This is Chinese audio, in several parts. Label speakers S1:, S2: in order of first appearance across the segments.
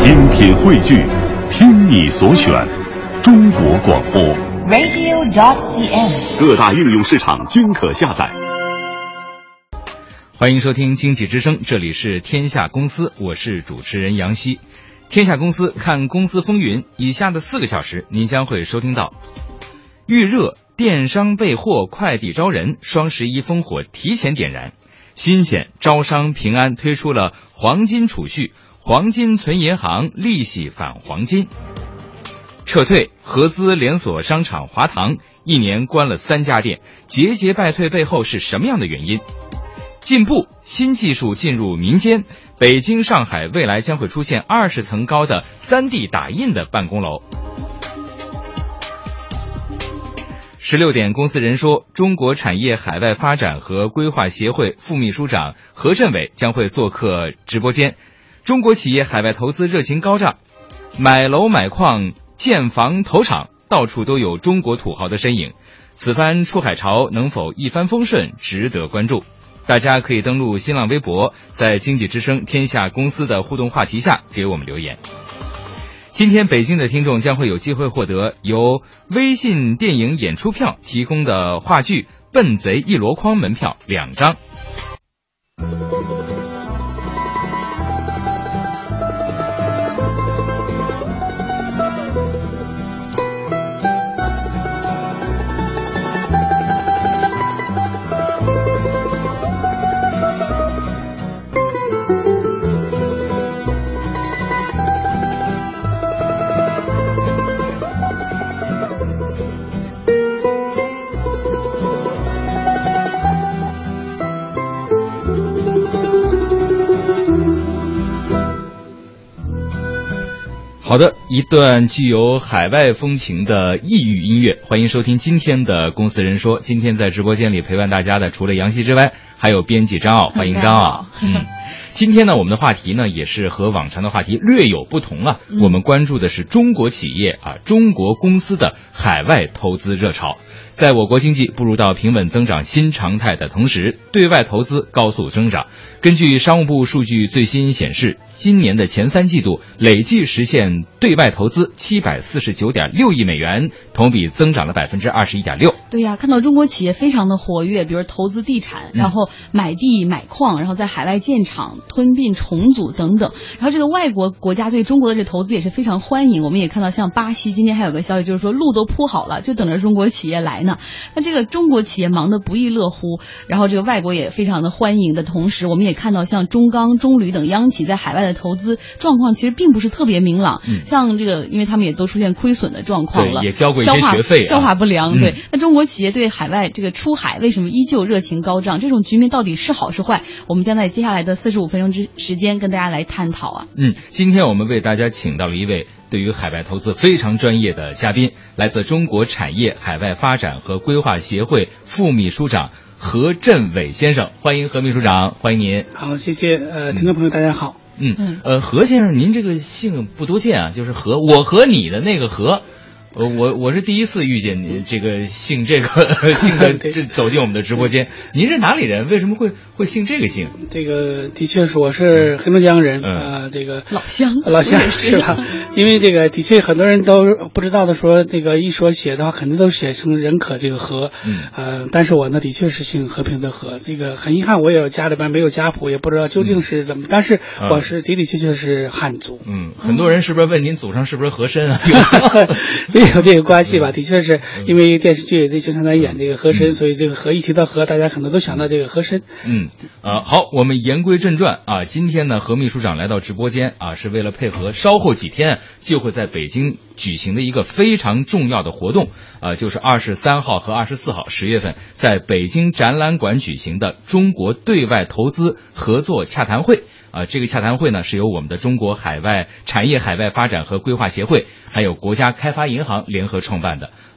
S1: 精品汇聚，听你所选，中国广播
S2: radio.cn，
S1: 各大应用市场均可下载。
S3: 欢迎收听经济之声，这里是天下公司，我是主持人杨希。天下公司看公司风云，以下的4个小时您将会收听到：预热，电商备货，快递招人，双11烽火提前点燃；新鲜，招商平安推出了黄金储蓄，黄金存银行，利息返黄金。撤退，合资连锁商场华堂1年关了3家店，节节败退背后是什么样的原因？进步，新技术进入民间，北京、上海未来将会出现20层高的3D 打印的办公楼。16点，公司人说，中国产业海外发展和规划协会副秘书长何振伟将会做客直播间。中国企业海外投资热情高涨，买楼买矿建房投厂，到处都有中国土豪的身影。此番出海潮能否一帆风顺，值得关注。大家可以登录新浪微博，在经济之声天下公司的互动话题下给我们留言。今天北京的听众将会有机会获得由微信电影演出票提供的话剧《笨贼一箩筐》门票2张。好的，一段具有海外风情的异域音乐，欢迎收听今天的公司人说。今天在直播间里陪伴大家的除了杨希之外，还有编辑张奥，欢迎张奥。今天呢，我们的话题呢也是和往常的话题略有不同啊。我们关注的是中国企业中国公司的海外投资热潮。在我国经济步入到平稳增长新常态的同时，对外投资高速增长。根据商务部数据最新显示，今年的前3季度累计实现对外投资749.6亿美元，同比增长了21.6%。
S4: 对呀，看到中国企业非常的活跃，比如投资地产，然后买地买矿，然后在海外建厂、吞并重组等等。然后这个外国国家对中国的这投资也是非常欢迎。我们也看到像巴西今天还有个消息，就是说路都铺好了，就等着中国企业来呢。那这个中国企业忙得不亦乐乎，然后这个外国也非常的欢迎的同时，我们也看到像中钢、中铝等央企在海外的投资状况其实并不是特别明朗。像这个，因为他们也都出现亏损的状况了，
S3: 对，也交过一些学费，
S4: 消化不良。对，那中国企业对海外这个出海为什么依旧热情高涨？这种局面到底是好是坏？我们将在接下来的45分钟之时间跟大家来探讨啊。
S3: 今天我们为大家请到了一位对于海外投资非常专业的嘉宾，来自中国产业海外发展和规划协会副秘书长何振伟先生，欢迎何秘书长，欢迎您。
S5: 好，谢谢。听众朋友大家好。
S3: 何先生，您这个姓不多见啊，就是何，我和你的那个何。我是第一次遇见您这个姓的这走进我们的直播间。您是哪里人？为什么会姓这个姓？
S5: 这个的确是我是黑龙江人，这个
S4: 老乡
S5: 是吧？因为这个的确很多人都不知道的说，这个一说写的话，肯定都写成人可这个和，但是我呢的确是姓和平的和。这个很遗憾，我也家里边没有家谱，也不知道究竟是怎么，但是我是的确是汉族。
S3: 很多人是不是问您祖上是不是和珅啊？
S5: 有这个关系吧，的确是因为电视剧这经常在演这个和珅，所以这个和一提到和，大家可能都想到这个和珅。
S3: 好，我们言归正传啊，今天呢，何秘书长来到直播间啊，是为了配合稍后几天就会在北京举行的一个非常重要的活动就是23号和24号10月份在北京展览馆举行的中国对外投资合作洽谈会。这个洽谈会呢是由我们的中国产业海外发展和规划协会还有国家开发银行联合创办的。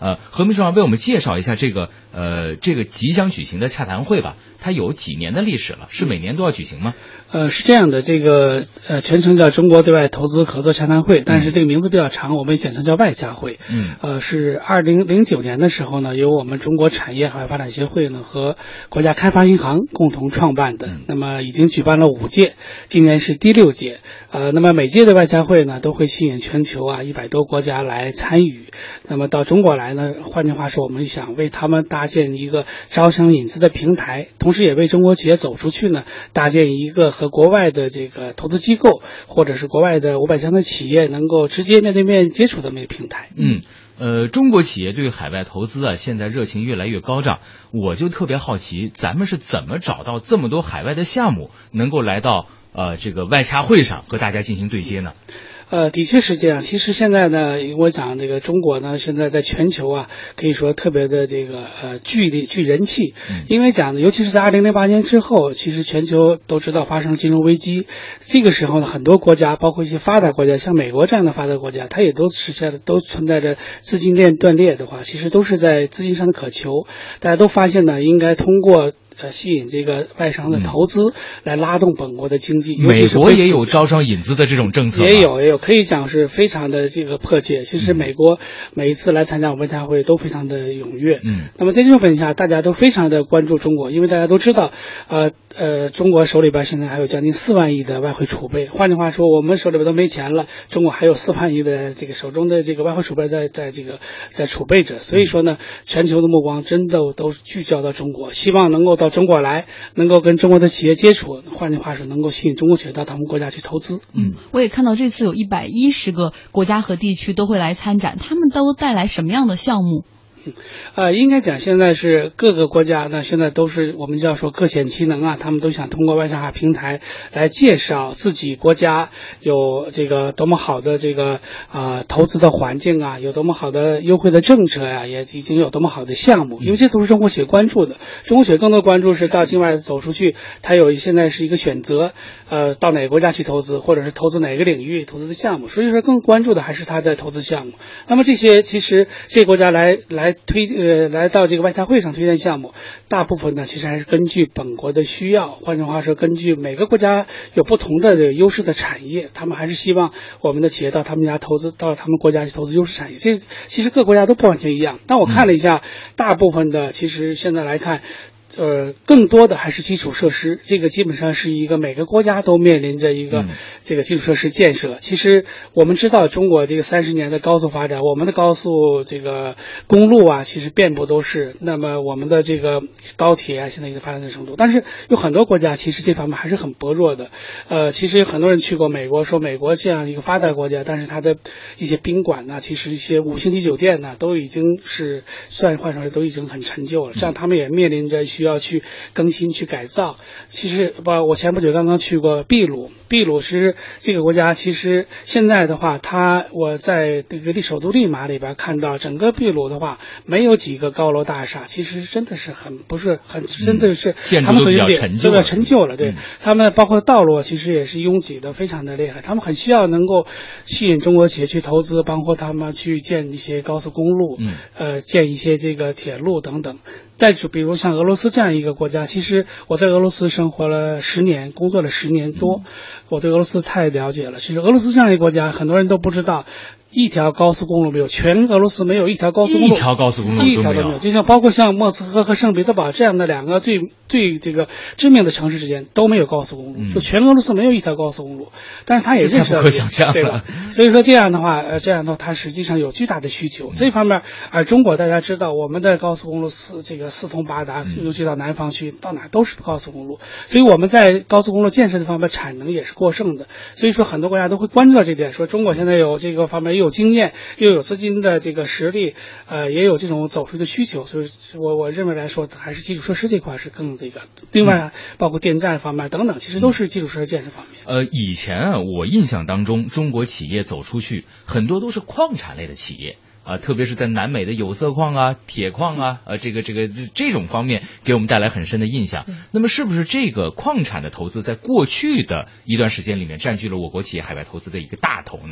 S3: 何秘书长为我们介绍一下这个即将举行的洽谈会吧。它有几年的历史了？是每年都要举行吗？
S5: 是这样的，这个全称叫中国对外投资合作洽谈会，但是这个名字比较长，我们简称叫外洽会。是2009年的时候呢，由我们中国产业海外发展协会呢和国家开发银行共同创办的。那么已经举办了5届，今年是第6届。那么每届的外洽会呢，都会吸引全球100多国家来参与。那么到中国来呢，换句话说，我们想为他们搭建一个招商引资的平台，同时也为中国企业走出去呢，搭建一个和国外的这个投资机构或者是国外的500强的企业能够直接面对面接触的这么一个平台。
S3: 中国企业对海外投资现在热情越来越高涨，我就特别好奇，咱们是怎么找到这么多海外的项目，能够来到这个外洽会上和大家进行对接呢？
S5: 的确是这样。其实现在呢，我讲这个中国呢，现在在全球可以说特别的这个具人气。因为讲呢，尤其是在2008年之后，其实全球都知道发生金融危机。这个时候呢，很多国家，包括一些发达国家，像美国这样的发达国家，它也都存在着资金链断裂的话，其实都是在资金上的渴求。大家都发现呢，应该通过吸引这个外商的投资来拉动本国的经济。
S3: 美国也有招商引资的这种政策吗？
S5: 也有，可以讲是非常的这个迫切。其实美国每一次来参加我们外洽会都非常的踊跃。那么在这种本下，大家都非常的关注中国，因为大家都知道，中国手里边现在还有将近4万亿的外汇储备。换句话说，我们手里边都没钱了，中国还有4万亿的这个手中的这个外汇储备在储备着。所以说呢，全球的目光真的都聚焦到中国，希望能够到中国来，能够跟中国的企业接触，换句话说，能够吸引中国企业到他们国家去投资。
S4: 我也看到这次有110个国家和地区都会来参展，他们都带来什么样的项目？
S5: 应该讲现在是各个国家呢，现在都是我们叫说各显其能他们都想通过外洽平台来介绍自己国家有这个多么好的这个投资的环境有多么好的优惠的政策也已经有多么好的项目。因为这都是中国企业关注的，中国企业更多关注是到境外走出去，它现在是一个选择，到哪个国家去投资，或者是投资哪个领域投资的项目，所以说更关注的还是它的投资项目。那么这些其实这些国家来到这个外洽会上推荐项目，大部分呢其实还是根据本国的需要，换句话说，根据每个国家有不同的这个优势的产业，他们还是希望我们的企业到他们家投资，到他们国家去投资优势产业。这其实各国家都不完全一样，但我看了一下，大部分的其实现在来看，更多的还是基础设施，这个基本上是一个每个国家都面临着一个这个基础设施建设。其实我们知道中国这个30年的高速发展，我们的高速这个公路其实遍布都是，那么我们的这个高铁现在已经发展的程度，但是有很多国家其实这方面还是很薄弱的。其实有很多人去过美国，说美国这样一个发达国家，但是它的一些宾馆其实一些5星级酒店都已经是算换上来都已经很陈旧了，这样他们也面临着需要去更新去改造。其实我前不久刚刚去过秘鲁是这个国家，其实现在的话我在这个首都利马里边看到整个秘鲁的话没有几个高楼大厦，其实真的是真的是他们
S3: 比较陈
S5: 旧了。对，他们包括道路其实也是拥挤的非常的厉害，他们很需要能够吸引中国企业去投资，包括他们去建一些高速公路，建一些这个铁路等等。再比如像俄罗斯这样一个国家，其实我在俄罗斯生活了10年，工作了10年多，我对俄罗斯太了解了。其实俄罗斯这样一个国家，很多人都不知道，一条高速公路没有，全俄罗斯没有一条高速公路，
S3: 一条都没有。
S5: 就像包括像莫斯科和圣彼得堡这样的2个最这个知名的城市之间都没有高速公路，就全俄罗斯没有一条高速公路。但是他也认识到，
S3: 不可想象，
S5: 对吧？所以说这样的话，它实际上有巨大的需求。这方面，而中国大家知道，我们的高速公路四通八达，尤其到南方去，到哪都是高速公路，所以我们在高速公路建设这方面产能也是过剩的。所以说很多国家都会关注到这点，说中国现在有这个方面有经验，又有资金的这个实力，也有这种走出的需求，所以我认为来说，还是基础设施这块是更这个。另外，包括电站方面等等，其实都是基础设施建设方面。
S3: 以前我印象当中，中国企业走出去很多都是矿产类的企业。特别是在南美的有色矿铁矿这种方面给我们带来很深的印象。那么是不是这个矿产的投资在过去的一段时间里面占据了我国企业海外投资的一个大头呢？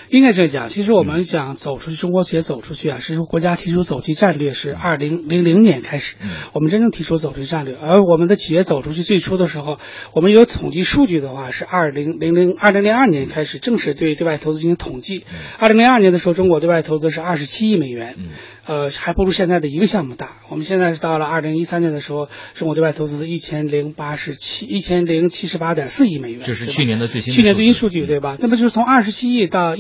S5: 应该这样讲，其实我们想走出去，中国企业走出去啊，是国家提出走出去战略是2000年开始，我们真正提出走出去战略，而我们的企业走出去最初的时候，我们有统计数据的话是2002年开始正式对外投资进行统计。2002年的时候，中国对外投资是27亿美元，还不如现在的一个项目大。我们现在是到了2013年的时候，中国对外投资1078.4亿美元，
S3: 这是去年的最新
S5: 数据，对吧？那么就是从27亿到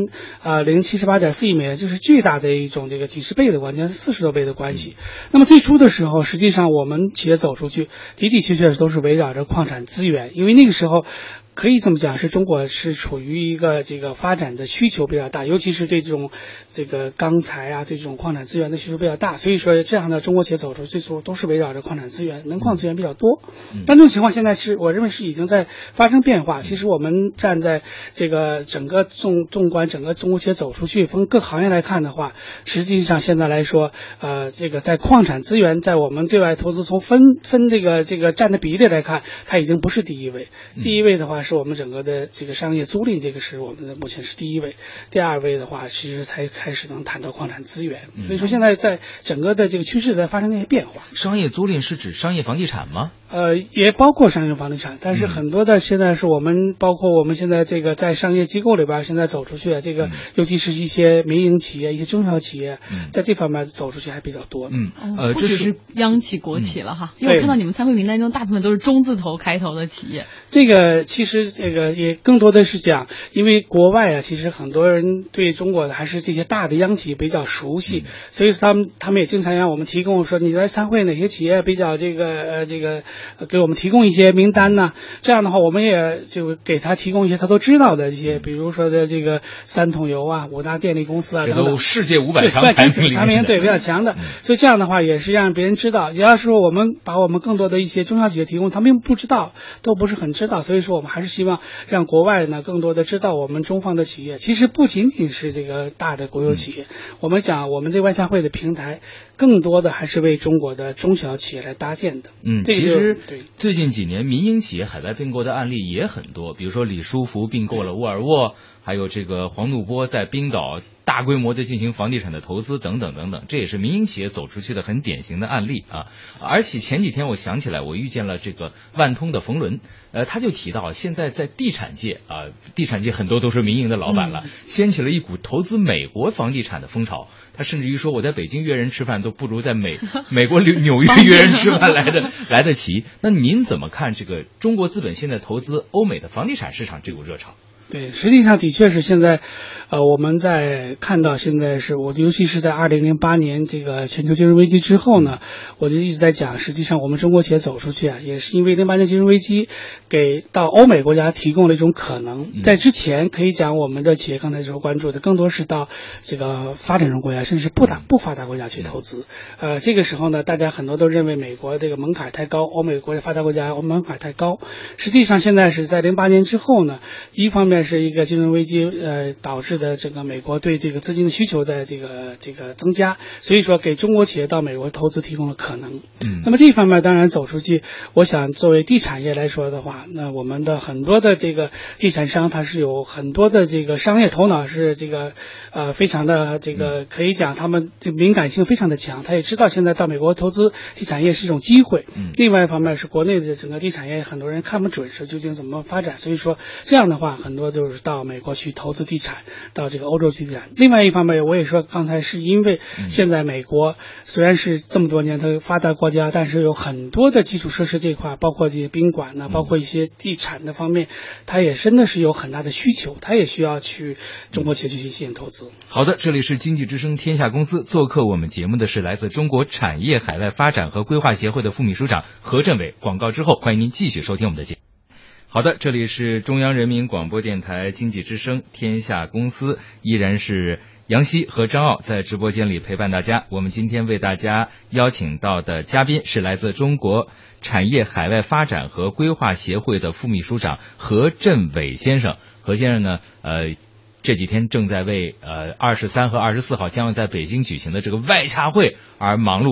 S5: 1078.4亿美元，就是巨大的一种这个几十倍的关系，是40多倍的关系。那么最初的时候，实际上我们企业走出去的确都是围绕着矿产资源，因为那个时候可以这么讲，是中国是处于一个这个发展的需求比较大，尤其是对这种这个钢材啊，对这种矿产资源的需求比较大，所以说这样的中国企业走出最初都是围绕着矿产资源，能矿资源比较多。但这种情况现在我认为是已经在发生变化。其实我们站在这个整个纵观整个中国企业走出去，分各行业来看的话，实际上现在来说，这个在矿产资源在我们对外投资从分这个占的比例来看，它已经不是第一位。第一位的话是我们整个的这个商业租赁，这个是我们的目前是第一位。第二位的话，其实才开始能谈到矿产资源。所以说现在在整个的这个趋势在发生一些变化。
S3: 商业租赁是指商业房地产吗？
S5: 也包括商业房地产，但是很多的现在是我们包括我们现在这个在商业机构里边现在走出去这个尤其是一些民营企业、一些中小企业，在这方面走出去还比较多。
S4: 这是央企、国企了哈。因为我看到你们参会名单中大部分都是中字头开头的企业。
S5: 这个其实这个也更多的是讲，因为国外啊，其实很多人对中国的还是这些大的央企比较熟悉，所以他们也经常让我们提供说你来参会哪些企业比较这个给我们提供一些名单呢？这样的话，我们也就给他提供一些他都知道的一些，比如说的这个三桶油啊、五大电力公司啊，
S3: 这都世界500强排名
S5: 对比较强的。所以这样的话也是让别人知道。也要说我们把我们更多的一些中小企业提供，他们并不知道，都不是很知道。所以说我们还是希望让国外呢更多的知道我们中方的企业。其实不仅仅是这个大的国有企业，我们讲我们这外洽会的平台，更多的还是为中国的中小企业来搭建的。
S3: 其实最近几年民营企业海外并购的案例也很多，比如说李书福并购了沃尔沃，还有这个黄怒波在冰岛大规模的进行房地产的投资等等等等，这也是民营企业走出去的很典型的案例啊。而且前几天我想起来，我遇见了这个万通的冯仑，他就提到现在在地产界地产界很多都是民营的老板了，掀起了一股投资美国房地产的风潮。他甚至于说，我在北京约人吃饭都不如在美国纽约约人吃饭来得齐。那您怎么看这个中国资本现在投资欧美的房地产市场这股热潮？
S5: 对，实际上的确是现在，我们在看到现在是尤其是在2008年这个全球金融危机之后呢，我就一直在讲，实际上我们中国企业走出去啊，也是因为08年金融危机给到欧美国家提供了一种可能。在之前可以讲我们的企业刚才所关注的更多是到这个发展中国家甚至是不发达国家去投资。这个时候呢，大家很多都认为美国这个门槛太高，欧美国家发达国家门槛太高。实际上现在是在08年之后呢，一方面是一个金融危机导致的这个美国对这个资金的需求的这个增加，所以说给中国企业到美国投资提供了可能。那么这一方面当然走出去，我想作为地产业来说的话，那我们的很多的这个地产商他是有很多的这个商业头脑，是这个非常的这个可以讲他们的敏感性非常的强，他也知道现在到美国投资地产业是一种机会。另外一方面是国内的整个地产业很多人看不准是究竟怎么发展，所以说这样的话很多就是到美国去投资地产，到这个欧洲去地产。另外一方面我也说刚才是因为现在美国虽然是这么多年的发达国家，但是有很多的基础设施这块，包括这些宾馆呢，包括一些地产的方面，它也真的是有很大的需求，它也需要去中国企业去吸引投资。
S3: 好的，这里是经济之声天下公司，做客我们节目的是来自中国产业海外发展和规划协会的副秘书长何振伟。广告之后，欢迎您继续收听我们的节目。好的，这里是中央人民广播电台经济之声天下公司，依然是杨希和张傲在直播间里陪伴大家。我们今天为大家邀请到的嘉宾是来自中国产业海外发展和规划协会的副秘书长何振伟先生。何先生呢，这几天正在为23和24号将要在北京举行的这个外洽会而忙碌着。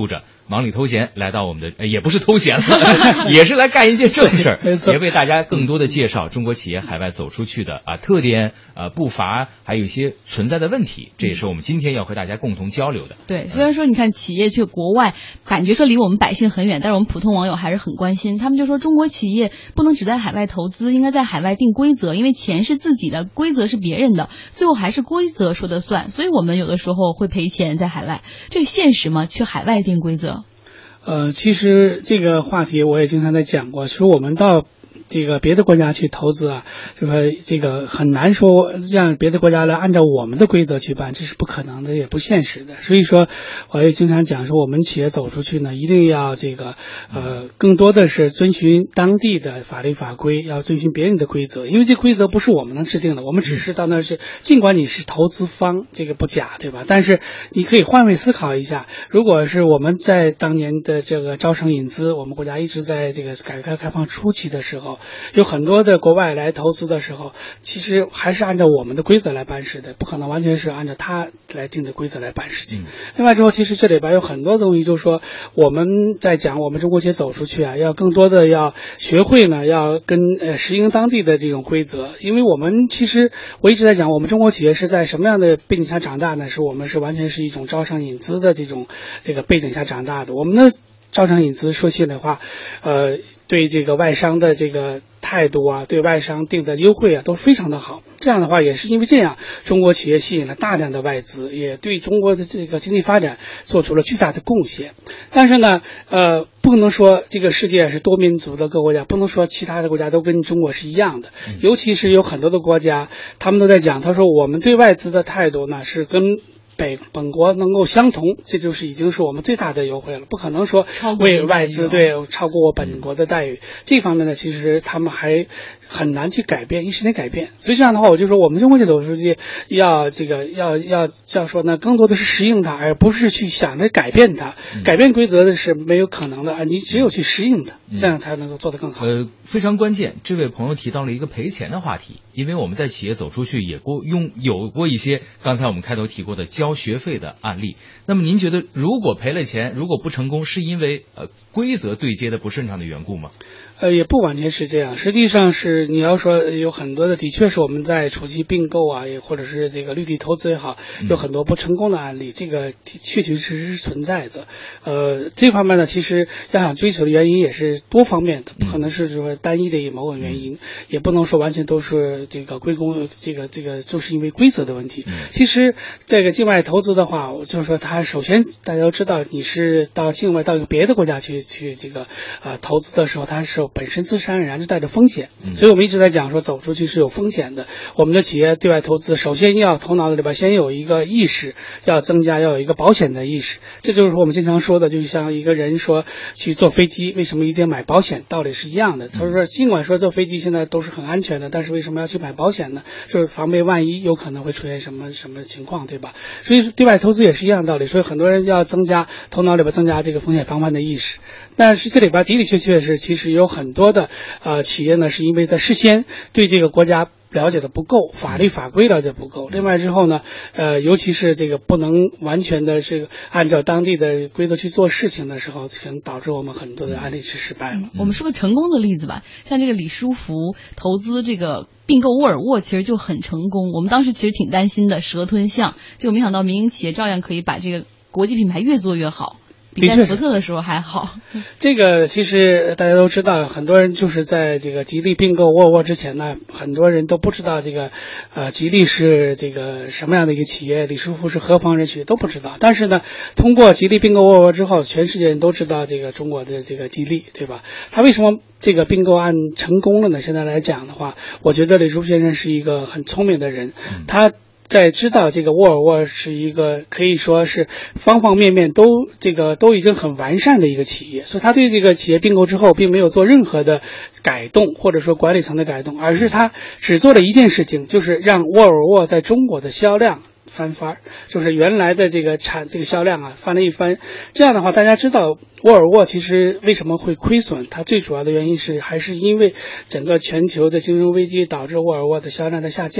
S3: 忙里偷闲来到我们的，也不是偷闲了，也是来干一件正事儿，也为大家更多的介绍中国企业海外走出去的特点、步伐，还有一些存在的问题，这也是我们今天要和大家共同交流的。
S4: 对，虽然说你看企业去国外，感觉说离我们百姓很远，但是我们普通网友还是很关心。他们就说中国企业不能只在海外投资，应该在海外定规则，因为钱是自己的，规则是别人的，最后还是规则说的算。所以我们有的时候会赔钱在海外，这个现实吗？去海外定规则？
S5: 其实这个话题我也经常在讲过，就是我们到这个别的国家去投资啊，就说这个很难说让别的国家来按照我们的规则去办，这是不可能的，也不现实的。所以说，我也经常讲说，我们企业走出去呢，一定要这个更多的是遵循当地的法律法规，要遵循别人的规则，因为这规则不是我们能制定的，我们只是到那是，尽管你是投资方，这个不假，对吧？但是你可以换位思考一下，如果是我们在当年的这个招商引资，我们国家一直在这个改革开放初期的时候，有很多的国外来投资的时候，其实还是按照我们的规则来办事的，不可能完全是按照他来定的规则来办事情。另外之后，其实这里边有很多东西，就是说我们在讲我们中国企业走出去啊，要更多的要学会呢，要跟适应当地的这种规则。因为我们其实我一直在讲，我们中国企业是在什么样的背景下长大呢？是我们是完全是一种招商引资的这个背景下长大的。我们的招商引资说心里话，对这个外商的这个态度啊，对外商定的优惠啊，都非常的好。这样的话，也是因为这样，中国企业吸引了大量的外资，也对中国的这个经济发展做出了巨大的贡献。但是呢，不能说这个世界是多民族的各国家，不能说其他的国家都跟中国是一样的。尤其是有很多的国家，他们都在讲，他说我们对外资的态度呢是跟本国能够相同，这就是已经是我们最大的优惠了，不可能说为外资超过我本国的待遇。这方面呢，其实他们还很难去改变，一时间改变。所以这样的话，我就说我们中国企业走出去要说呢，更多的是适应它，而不是去想着改变它。改变规则的是没有可能的啊，你只有去适应它，这样才能够做得更好。
S3: 非常关键，这位朋友提到了一个赔钱的话题，因为我们在企业走出去有过一些刚才我们开头提过的交学费的案例。那么您觉得，如果赔了钱，如果不成功，是因为规则对接的不顺畅的缘故吗？
S5: 也不完全是这样，实际上是你要说有很多的确是我们在初期并购啊，也或者是这个绿地投资也好，有很多不成功的案例，这个确确实实是存在的。这方面呢，其实要想追求的原因也是多方面的，不可能是说单一的某种原因，也不能说完全都是这个归功这个就是因为规则的问题。其实这个境外投资的话，我就说它首先大家都知道，你是到境外到一个别的国家去这个投资的时候，它是本身自然而然就带着风险，所以我们一直在讲说走出去是有风险的。我们的企业对外投资，首先要头脑里边先有一个意识，要有一个保险的意识。这就是我们经常说的，就像一个人说去坐飞机，为什么一定要买保险，道理是一样的。他说尽管说坐飞机现在都是很安全的，但是为什么要去买保险呢？就是防备万一有可能会出现什么情况，对吧？所以对外投资也是一样的道理。所以很多人要头脑里边增加这个风险防范的意识。但是这里边的确是其实有很多的企业呢，是因为他事先对这个国家了解的不够，法律法规了解不够。另外之后呢，尤其是这个不能完全的是按照当地的规则去做事情的时候，可能导致我们很多的案例是失败了。
S4: 我们说个成功的例子吧，像这个李书福投资这个并购沃尔沃，其实就很成功。我们当时其实挺担心的，蛇吞象，就没想到民营企业照样可以把这个国际品牌越做越好。比在福特的时候还好。
S5: 这个其实大家都知道，很多人就是在这个吉利并购沃尔沃之前呢，很多人都不知道这个吉利是这个什么样的一个企业，李书福是何方人士都不知道。但是呢，通过吉利并购沃尔沃之后，全世界人都知道这个中国的这个吉利，对吧？他为什么这个并购案成功了呢？现在来讲的话，我觉得李书福先生是一个很聪明的人，他在知道这个沃尔沃是一个可以说是方方面面都已经很完善的一个企业，所以他对这个企业并购之后并没有做任何的改动，或者说管理层的改动，而是他只做了一件事情，就是让沃尔沃在中国的销量翻番，就是原来的这个销量啊翻了一番。这样的话，大家知道沃尔沃其实为什么会亏损，它最主要的原因还是因为整个全球的金融危机导致沃尔沃的销量的下降。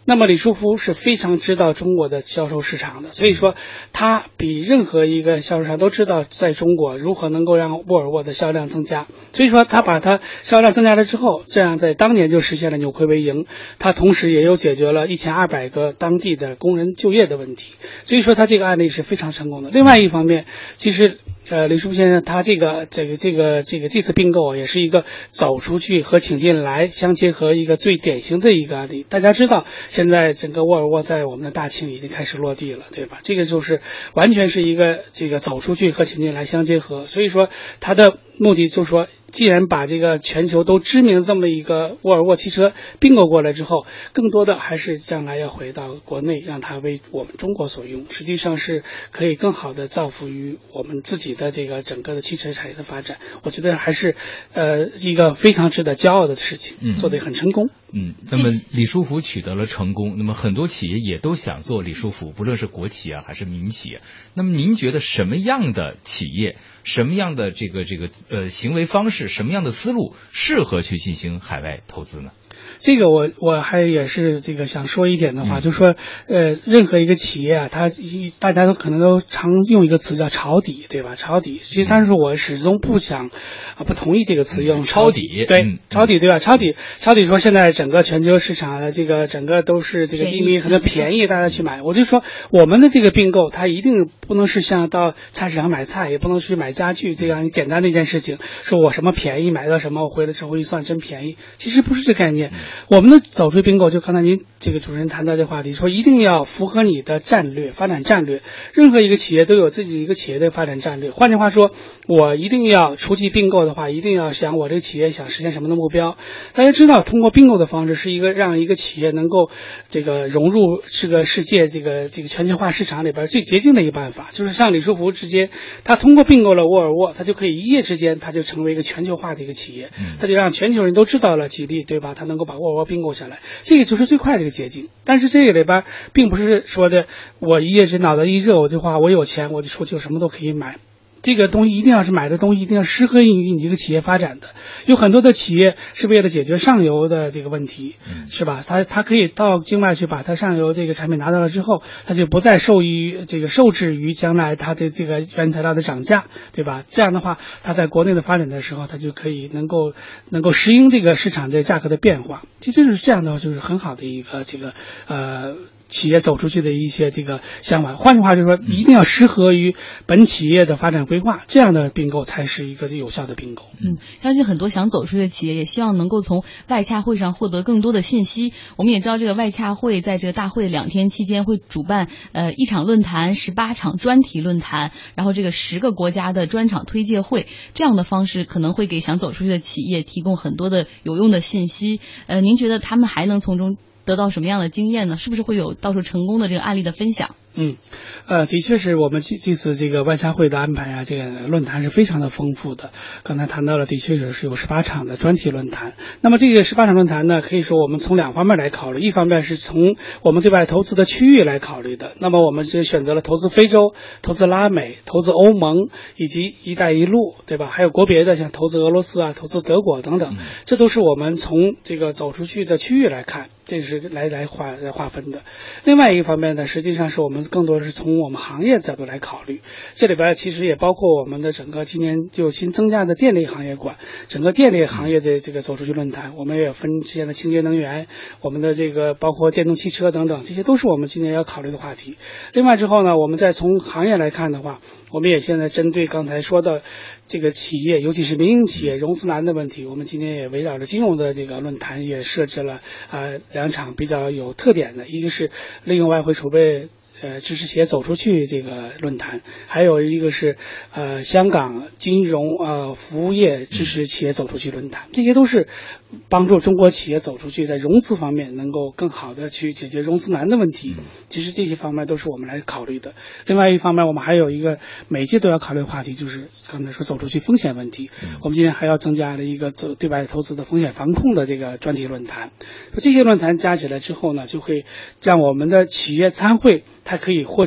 S5: 那么李书福是非常知道中国的销售市场的，所以说他比任何一个销售商都知道在中国如何能够让沃尔沃的销量增加。所以说他把它销量增加了之后，这样在当年就实现了扭亏为盈。他同时也又解决了1200个当地的工人就业的问题。所以说他这个案例是非常成功的。另外一方面，其实李书福先生他这次并购也是一个走出去和请进来相结合一个最典型的一个案例。大家知道现在整个沃尔沃在我们的大庆已经开始落地了，对吧？这个就是完全是一个走出去和请进来相结合。所以说它的目的就是说，既然把这个全球都知名这么一个沃尔沃汽车并购过来之后，更多的还是将来要回到国内，让它为我们中国所用，实际上是可以更好的造福于我们自己的这个整个的汽车产业的发展。我觉得还是一个非常值得骄傲的事情，做得很成功。
S3: 那么李书福取得了成功，那么很多企业也都想做李书福，不论是国企还是民企。那么您觉得什么样的企业，什么样的这个行为方式，什么样的思路适合去进行海外投资呢？
S5: 这个我还也是想说一点的话，就是说任何一个企业啊，大家都可能都常用一个词叫抄底，对吧？抄底，其实但是我始终不同意这个词用
S3: 抄底。
S5: 对，抄底，对吧？抄底说现在整个全球市场的整个都是因为很多便宜大家去买。我就说我们的这个并购，它一定不能是像到菜市场买菜，也不能去买家具这样简单的一件事情，说我什么便宜买到什么，我回来之后一算真便宜，其实不是这概念。我们的走出并购，就刚才您这个主持人谈到这话题，说一定要符合你的发展战略。任何一个企业都有自己一个企业的发展战略。换句话说，我一定要出去并购的话，一定要想我这个企业想实现什么的目标。大家知道，通过并购的方式是让一个企业能够融入这个世界这个全球化市场里边最捷径的一个办法，就是像李书福之间，他通过并购了沃尔沃，他就可以一夜之间他就成为一个全球化的一个企业，他就让全球人都知道了吉利，对吧？他能够把沃尔沃并购下来，这个就是最快的一个捷径。但是这个里边并不是说的我一夜之脑袋一热，我有钱我就出去什么都可以买。这个东西一定要是买的东西一定要适合于你这个企业发展的。有很多的企业是为了解决上游的这个问题，是吧？它可以到境外去把它上游这个产品拿到了之后，它就不再受制于将来它的这个原材料的涨价，对吧？这样的话，它在国内的发展的时候，它就可以能够适应这个市场的价格的变化。其实就是这样的话，就是很好的一个企业走出去的一些想法。换句话就是说，一定要适合于本企业的发展规划，这样的并购才是一个有效的并购。
S4: 相信很多想走出去的企业也希望能够从外洽会上获得更多的信息。我们也知道，这个外洽会在这个大会2天期间会主办1场论坛、18场专题论坛，然后这个10个国家的专场推介会，这样的方式可能会给想走出去的企业提供很多的有用的信息。您觉得他们还能从中得到什么样的经验呢？是不是会有到处成功的这个案例的分享？
S5: 的确是我们这次这个外洽会的安排啊，这个论坛是非常的丰富的。刚才谈到了，的确是有18场的专题论坛。那么这个18场论坛呢，可以说我们从2方面来考虑，一方面是从我们对外投资的区域来考虑的。那么我们就选择了投资非洲、投资拉美、投资欧盟以及一带一路，对吧？还有国别的像投资俄罗斯啊、投资德国等等，这都是我们从这个走出去的区域来看。这是来划分的。另外一个方面呢，实际上是我们更多是从我们行业角度来考虑。这里边其实也包括我们的整个今年就新增加的电力行业馆，整个电力行业的这个走出去论坛，我们也分之间的清洁能源，我们的这个包括电动汽车等等，这些都是我们今年要考虑的话题。另外之后呢，我们再从行业来看的话，我们也现在针对刚才说的这个企业，尤其是民营企业融资难的问题，我们今年也围绕着金融的这个论坛也设置了2场比较有特点的，一个是利用外汇储备支持企业走出去这个论坛，还有一个是香港金融服务业支持企业走出去论坛，这些都是帮助中国企业走出去，在融资方面能够更好的去解决融资难的问题。其实这些方面都是我们来考虑的。另外一方面，我们还有一个每届都要考虑的话题，就是刚才说走出去风险问题。我们今天还要增加了一个对外投资的风险防控的这个专题论坛。这些论坛加起来之后呢，就会让我们的企业参会它可以获取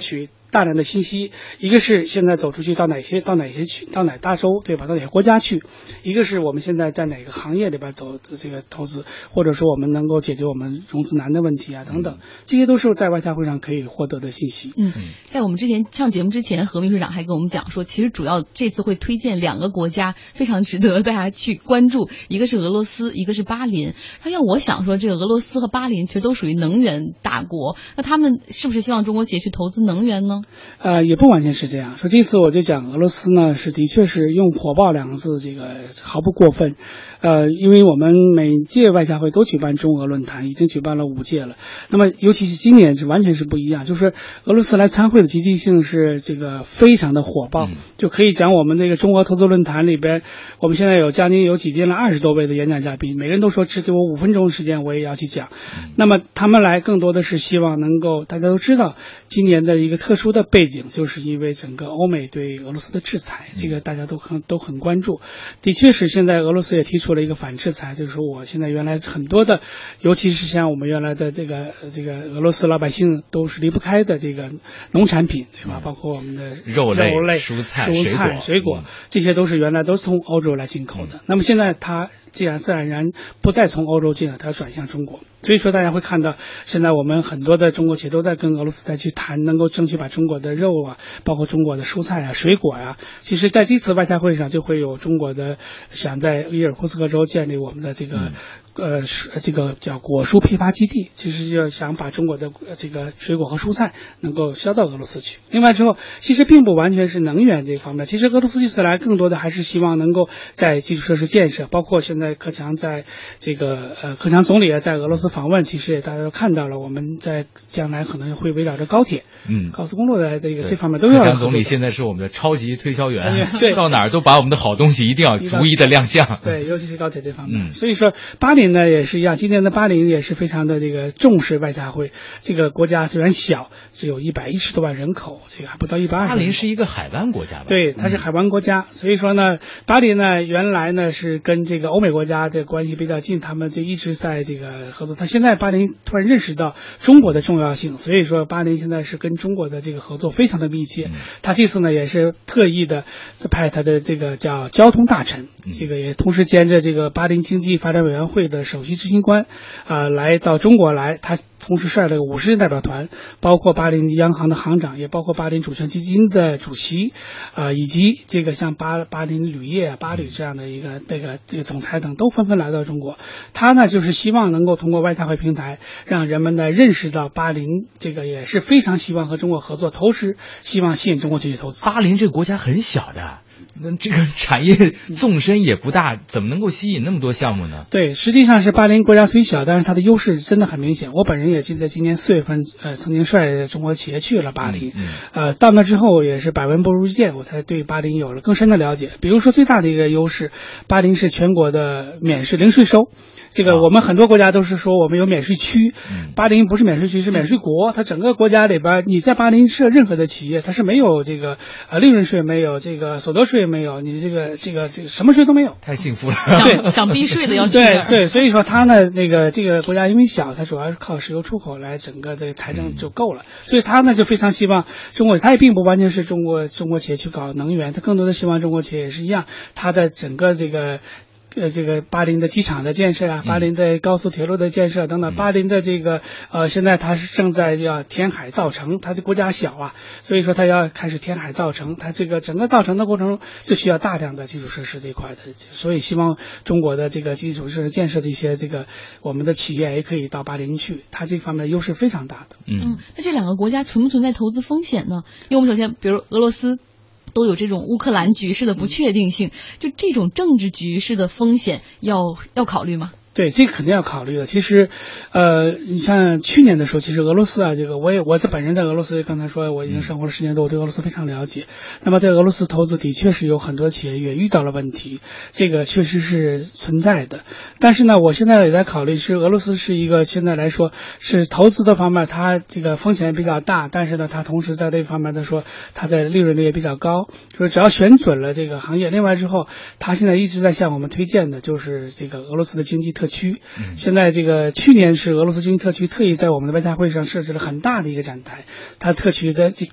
S5: 大量的信息，一个是现在走出去到哪大洲，对吧？到哪些国家去？一个是我们现在在哪个行业里边走这个投资，或者说我们能够解决我们融资难的问题啊等等，这些都是在外洽会上可以获得的信息。
S4: 在我们上节目之前，何秘书长还跟我们讲说，其实主要这次会推荐2个国家非常值得大家去关注，一个是俄罗斯，一个是巴林。他要我想说，这个俄罗斯和巴林其实都属于能源大国，那他们是不是希望中国企业去投资能源呢？
S5: 也不完全是这样说。这次我就讲俄罗斯呢，的确是用火爆2个字，这个毫不过分。因为我们每届外洽会都举办中俄论坛，已经举办了5届了。那么尤其是今年是完全是不一样，就是俄罗斯来参会的积极性是这个非常的火爆，就可以讲我们这个中俄投资论坛里边，我们现在将近挤进了20多位的演讲嘉宾，每个人都说只给我5分钟时间我也要去讲。那么他们来更多的是希望能够，大家都知道今年的一个特殊的背景，就是因为整个欧美对俄罗斯的制裁，这个大家都很关注。的确是现在俄罗斯也提出了一个反制裁，就是说我现在原来很多的，尤其是像我们原来的这个俄罗斯老百姓都是离不开的这个农产品，对吧？包括我们的
S3: 肉类、蔬菜、
S5: 水果，这些都是原来都是从欧洲来进口的。那么现在它既然自然而然不再从欧洲进了，它要转向中国。所以说大家会看到，现在我们很多的中国企业都在跟俄罗斯再去谈，能够争取把中国的肉啊，包括中国的蔬菜啊、水果啊，其实在这次外洽会上就会有中国的想在伊尔库茨克州建立我们的这个这个叫果蔬批发基地，其实就想把中国的这个水果和蔬菜能够销到俄罗斯去。另外之后，其实并不完全是能源这方面，其实俄罗斯这次来更多的还是希望能够在基础设施建设，包括现在克强在这个克强总理在俄罗斯访问，其实也大家都看到了，我们在将来可能会围绕着高铁、高速公路的这方面都要。
S3: 克强总理现在是我们的超级推销员，对，到哪儿都把我们的好东西一定要逐一的亮相。
S5: 对，尤其是高铁这方面。所以说巴林呢也是一样，今年的巴林也是非常的这个重视外洽会。这个国家虽然小，只有110多万人口，这个还不到120。
S3: 巴林是一个海湾国家吧？
S5: 对，它是海湾国家，所以说呢，巴林呢原来呢是跟这个欧美国家这关系比较近，他们就一直在这个合作。他现在巴林突然认识到中国的重要性，所以说巴林现在是跟中国的这个合作非常的密切。他这次呢也是特意的派他的这个叫交通大臣，这个也同时兼着这个巴林经济发展委员会的首席执行官来到中国来，他同时率了50人代表团，包括巴林央行的行长，也包括巴林主权基金的主席以及这个像巴林铝业巴铝这样的一个这个总裁等都纷纷来到中国。他呢就是希望能够通过外洽会平台让人们呢认识到巴林这个也是非常希望和中国合作，同时希望吸引中国去投资。
S3: 巴林这个国家很小的，那这个产业纵深也不大，怎么能够吸引那么多项目呢？
S5: 对，实际上是巴林国家虽小，但是它的优势真的很明显。我本人也在今年4月份曾经率中国企业去了巴林，到那之后也是百闻不如一见，我才对巴林有了更深的了解。比如说最大的一个优势，巴林是全国的免税零税收。这个我们很多国家都是说我们有免税区，巴林不是免税区，是免税国。它整个国家里边，你在巴林设任何的企业，它是没有这个利润税，没有这个所得税，没有你这个什么税都没有。
S3: 太幸福了。
S5: 对，
S4: 想避税的要
S5: 对，所以说它呢这个国家因为小，它主要是靠石油出口来整个这个财政就够了。所以它呢就非常希望中国，它也并不完全是中国企业去搞能源，它更多的希望中国企业也是一样，它的整个这个巴林的机场的建设啊，巴林的高速铁路的建设等等，巴林的这个现在它是正在要填海造城，它的国家小啊，所以说它要开始填海造城，它这个整个造城的过程中就需要大量的基础设施这一块的，所以希望中国的这个基础设施建设的一些这个我们的企业也可以到巴林去，它这方面的优势非常大的。
S4: 那这2个国家存不存在投资风险呢？因为我们首先比如俄罗斯都有这种乌克兰局势的不确定性，就这种政治局势的风险要考虑吗？
S5: 对，这个肯定要考虑的。其实，你像去年的时候，其实俄罗斯啊，这个我本人在俄罗斯，刚才说我已经生活了10年多，我对俄罗斯非常了解。那么在俄罗斯投资的确是有很多企业也遇到了问题，这个确实是存在的。但是呢，我现在也在考虑，是俄罗斯是一个现在来说是投资的方面，它这个风险比较大，但是呢，它同时在这方面的说，它的利润率也比较高，说只要选准了这个行业。另外之后，它现在一直在向我们推荐的就是这个俄罗斯的经济特区。现在这个去年是俄罗斯经济特区特意在我们的外洽会上设置了很大的一个展台，它特区的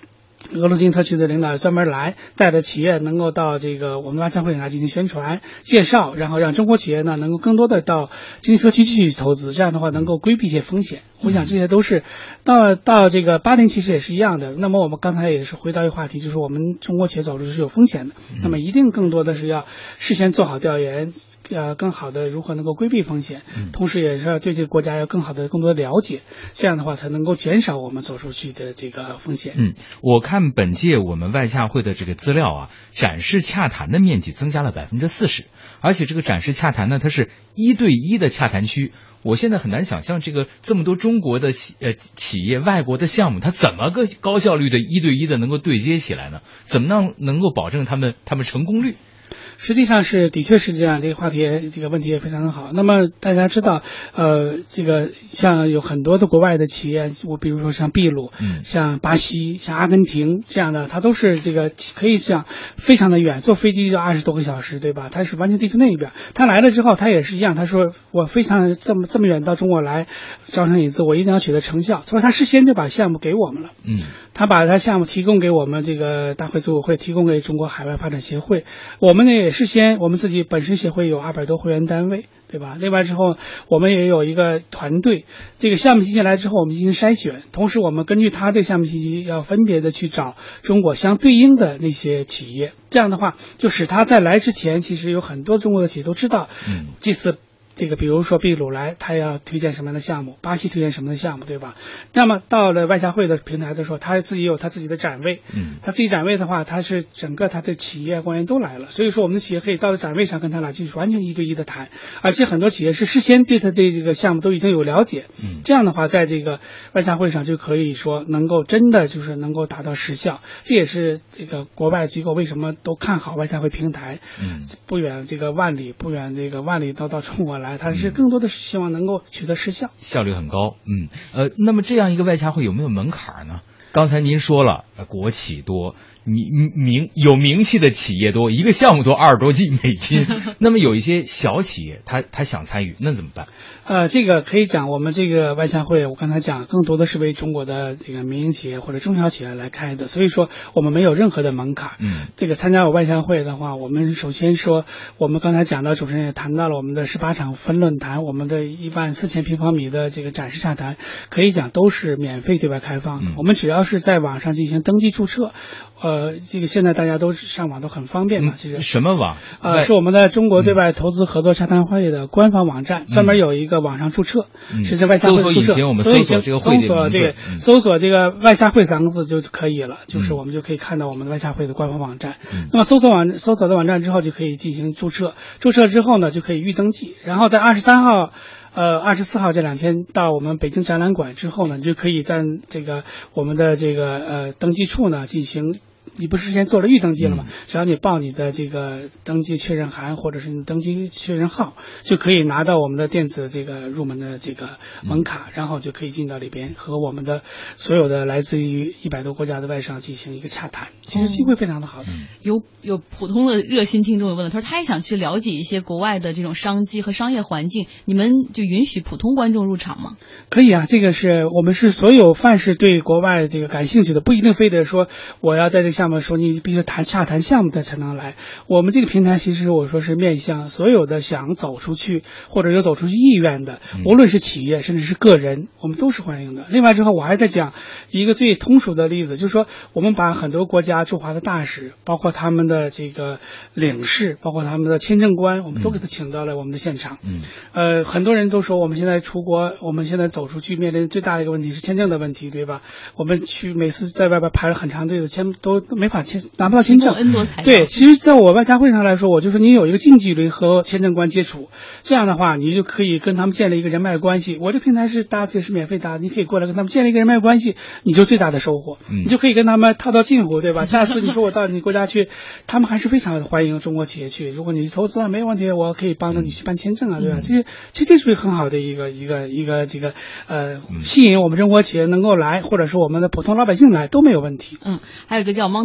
S5: 俄罗斯经济特区的领导专门来带着企业能够到这个我们外向会来进行宣传介绍，然后让中国企业呢能够更多的到经济特区去投资，这样的话能够规避一些风险。我想这些都是到这个巴林其实也是一样的。那么我们刚才也是回到一个话题，就是我们中国企业走路是有风险的，那么一定更多的是要事先做好调研，更好的如何能够规避风险，同时也是要对这个国家要更多的了解，这样的话才能够减少我们走出去的这个风险。
S3: 我看本届我们外洽会的这个资料啊，展示洽谈的面积增加了40%，而且这个展示洽谈呢，它是1对1的洽谈区。我现在很难想象这么多中国的企业、外国的项目，它怎么个高效率的1对1的能够对接起来呢？怎么能够保证他们成功率？
S5: 实际上的确是这样，这个话题这个问题也非常的好。那么大家知道，这个像有很多的国外的企业，比如说像秘鲁，像巴西、像阿根廷这样的，它都是这个可以像非常的远，坐飞机就20多个小时，对吧？它是完全地球那一边。他来了之后，他也是一样，他说我非常这么远到中国来招商引资，我一定要取得成效，所以他事先就把项目给我们了。他把他项目提供给我们这个大会组委会，提供给中国海外发展协会，我们呢也事先我们自己本身协会有200多会员单位，对吧？另外之后我们也有一个团队，这个项目信息来之后我们进行筛选，同时我们根据他的项目信息要分别的去找中国相对应的那些企业，这样的话就使他在来之前，其实有很多中国的企业都知道，这次这个比如说秘鲁来，他要推荐什么样的项目，巴西推荐什么样的项目，对吧？那么到了外洽会的平台的时候，他自己有他自己的展位，他自己展位的话，他是整个他的企业官员都来了，所以说我们的企业可以到了展位上跟他俩就是完全1对1的谈，而且很多企业是事先对他对这个项目都已经有了解，这样的话在这个外洽会上就可以说能够真的就是能够达到实效，这也是这个国外机构为什么都看好外洽会平台，不远这个万里到中国来，他是更多的是希望能够取得实效，
S3: 效率很高。那么这样一个外洽会有没有门槛呢？刚才您说了，国企多，有名气的企业多，一个项目多20多亿美金。那么有一些小企业，他想参与，那怎么办？
S5: 这个可以讲，我们这个外洽会，我刚才讲，更多的是为中国的这个民营企业或者中小企业来开的，所以说我们没有任何的门槛。这个参加我外洽会的话，我们首先说，我们刚才讲到，主持人也谈到了我们的18场分论坛，我们的14000平方米的这个展示洽谈，可以讲都是免费对外开放的。我们只要是在网上进行登记注册，这个现在大家都上网都很方便嘛。其实
S3: 什么网？
S5: 是我们的中国对外投资合作洽谈会的官方网站，专门有一个网上注册，是在外洽会注册。
S3: 我们搜索这个会的
S5: 搜索这个外洽会3个字就可以了，就是我们就可以看到我们的外洽会的官方网站。那么搜索到网站之后就可以进行注册，注册之后呢就可以预登记，然后在23号。24号这2天到我们北京展览馆之后呢，你就可以在这个我们的这个登记处呢进行。你不是之前做了预登记了吗？只要你报你的这个登记确认函或者是你登记确认号，就可以拿到我们的电子这个入门的这个门卡，然后就可以进到里边和我们的所有的来自于100多国家的外商进行一个洽谈，其实机会非常的好的。
S4: 有普通的热心听众问了，他说他也想去了解一些国外的这种商机和商业环境，你们就允许普通观众入场吗？
S5: 可以啊，这个是我们是所有凡是对国外这个感兴趣的，不一定非得说我要在这项目说你必须洽谈项目的才能来。我们这个平台其实我说是面向所有的想走出去或者有走出去意愿的，无论是企业甚至是个人，我们都是欢迎的。另外之后我还在讲一个最通俗的例子，就是说我们把很多国家驻华的大使，包括他们的这个领事，包括他们的签证官，我们都给他请到了我们的现场。很多人都说我们现在出国，我们现在走出去面临最大的一个问题是签证的问题，对吧？我们去每次在外边排了很长队的签都没法拿不到签证。对，其实在我外洽会上来说，我就说你有一个近距离和签证官接触，这样的话你就可以跟他们建立一个人脉关系。我这平台是搭子也是免费搭，你可以过来跟他们建立一个人脉关系，你就最大的收获。你就可以跟他们套到近乎，对吧？下次你说我到你国家去，他们还是非常欢迎中国企业去。如果你投资没有问题，我可以帮助你去办签证啊，对吧？其实这是很好的一个这个吸引我们中国企业能够来，或者是我们的普通老百姓来都没有问题。
S4: 还有一个叫 Monday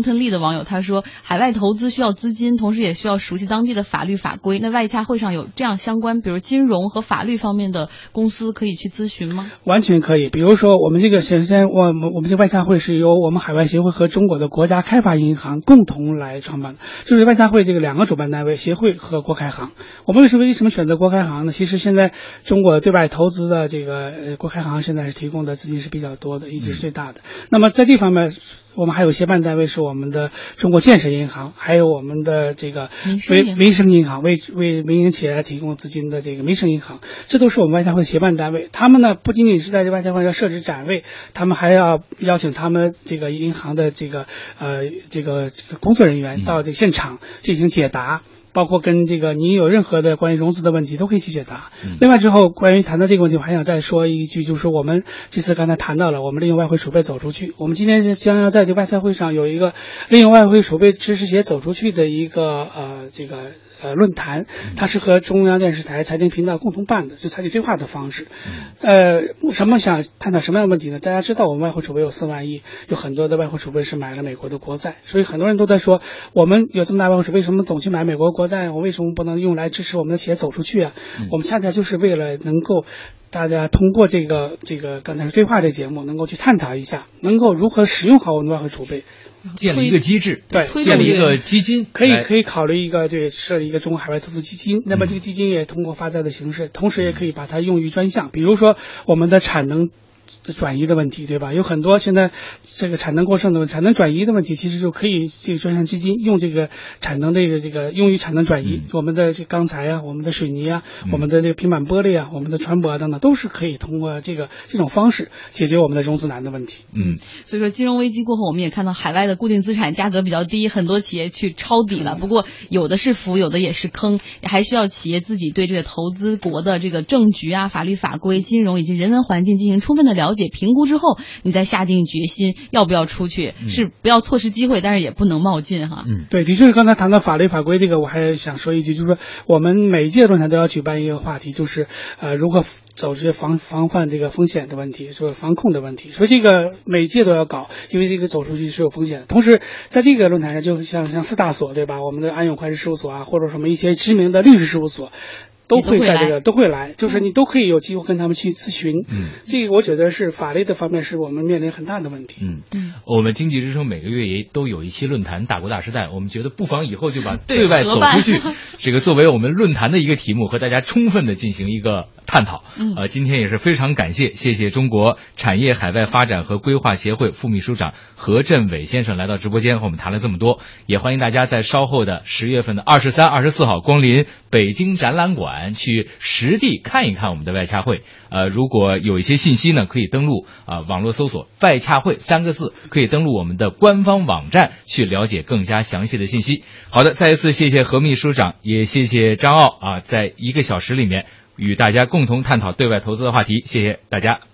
S4: Mountain Lee 的网友他说，海外投资需要资金，同时也需要熟悉当地的法律法规。那外洽会上有这样相关，比如金融和法律方面的公司可以去咨询吗？
S5: 完全可以。比如说我们这个首先我们这外洽会是由我们海外协会和中国的国家开发银行共同来创办的，就是外洽会这个2个主办单位，协会和国开行。我们为什么选择国开行呢？其实现在中国对外投资的这个国开行现在是提供的资金是比较多的，一直是最大的。那么在这方面我们还有协办单位是我们的中国建设银行，还有我们的这个民生银行，为民营企业提供资金的这个民生银行，这都是我们外洽会的协办单位。他们呢不仅仅是在这外洽会上设置展位，他们还要邀请他们这个银行的这个工作人员到这个现场进行解答。包括跟这个您有任何的关于融资的问题都可以去解答。另外之后关于谈到这个问题，我还想再说一句，就是我们这次刚才谈到了我们利用外汇储备走出去，我们今天将要在这个外洽会上有一个利用外汇储备知识协走出去的一个论坛，它是和中央电视台财经频道共同办的，就采取对话的方式。想探讨什么样的问题呢？大家知道我们外汇储备有4万亿，有很多的外汇储备是买了美国的国债，所以很多人都在说，我们有这么大外汇储备，为什么总去买美国国债？我为什么不能用来支持我们的企业走出去啊？我们恰恰就是为了能够大家通过这个刚才是对话这个节目，能够去探讨一下，能够如何使用好我们的外汇储备。
S3: 建立一个机制，
S5: 对，
S3: 建立一个基金，
S5: 可以考虑设立一个中国海外投资基金。那么这个基金也通过发债的形式，同时也可以把它用于专项，比如说我们的产能转移的问题，对吧？有很多现在这个产能过剩的产能转移的问题，其实就可以这个专项基金用这个产能的这个用于产能转移。我们的这钢材啊，我们的水泥啊，我们的这个平板玻璃啊，我们的船舶啊等等，都是可以通过这种方式解决我们的融资难的问题。
S4: 所以说金融危机过后，我们也看到海外的固定资产价格比较低，很多企业去抄底了。不过有的是福，有的也是坑，还需要企业自己对这个投资国的这个政局啊、法律法规、金融以及人文环境进行充分的了解评估之后，你再下定决心要不要出去，是不要错失机会，但是也不能冒进哈。
S5: 对，的确是刚才谈到法律法规这个，我还想说一句，就是说我们每一届论坛都要举办一个话题，就是如何走这些防范这个风险的问题，说防控的问题，所以这个每一届都要搞，因为这个走出去是有风险的。同时在这个论坛上，就像4大所对吧，我们的安永会计事务所啊，或者什么一些知名的律师事务所都会在这个都会来，就是你都可以有机会跟他们去咨询。这个我觉得是法律的方面是我们面临很大的问题。
S3: 我们经济之声每个月也都有一期论坛大国大时代，我们觉得不妨以后就把对外走出去这个作为我们论坛的一个题目，和大家充分的进行一个探讨。今天也是非常感谢中国产业海外发展和规划协会副秘书长何振伟先生来到直播间和我们谈了这么多，也欢迎大家在稍后的10月份的23、24号光临北京展览馆去实地看一看我们的外洽会。如果有一些信息呢，可以登录网络搜索外洽会3个字，可以登录我们的官方网站去了解更加详细的信息。好的，再一次谢谢何秘书长，也谢谢张奥在1个小时里面与大家共同探讨对外投资的话题，谢谢大家。